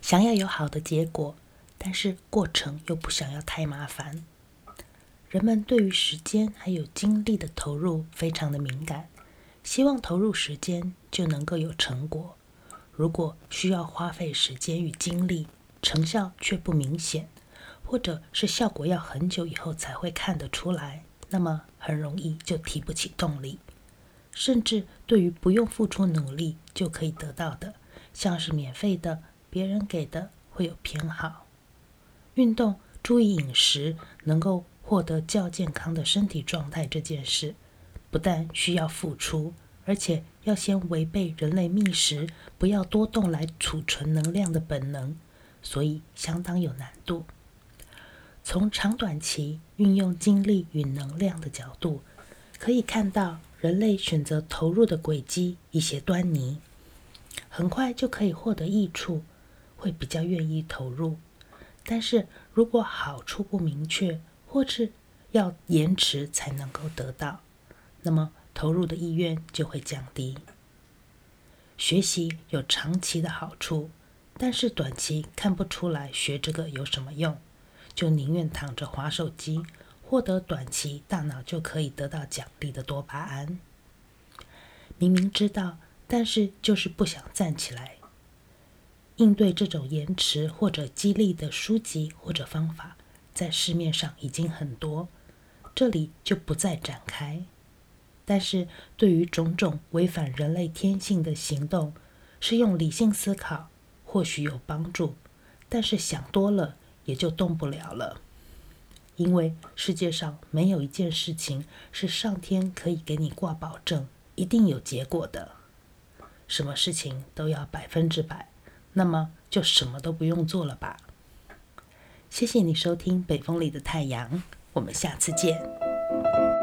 想要有好的结果，但是过程又不想要太麻烦。人们对于时间还有精力的投入非常的敏感，希望投入时间就能够有成果。如果需要花费时间与精力，成效却不明显，或者是效果要很久以后才会看得出来，那么很容易就提不起动力。甚至对于不用付出努力就可以得到的，像是免费的、别人给的，会有偏好。运动、注意饮食，能够获得较健康的身体状态这件事，不但需要付出，而且要先违背人类觅食、不要多动来储存能量的本能，所以相当有难度。从长短期运用精力与能量的角度，可以看到人类选择投入的轨迹一些端倪，很快就可以获得益处，会比较愿意投入。但是如果好处不明确，或是要延迟才能够得到，那么投入的意愿就会降低。学习有长期的好处，但是短期看不出来学这个有什么用，就宁愿躺着滑手机，获得短期大脑就可以得到奖励的多巴胺。明明知道，但是就是不想站起来。应对这种延迟或者激励的书籍或者方法，在市面上已经很多，这里就不再展开。但是对于种种违反人类天性的行动，是用理性思考，或许有帮助，但是想多了也就动不了了。因为世界上没有一件事情是上天可以给你挂保证，一定有结果的。什么事情都要100%，那么就什么都不用做了吧。谢谢你收听北风里的太阳，我们下次见。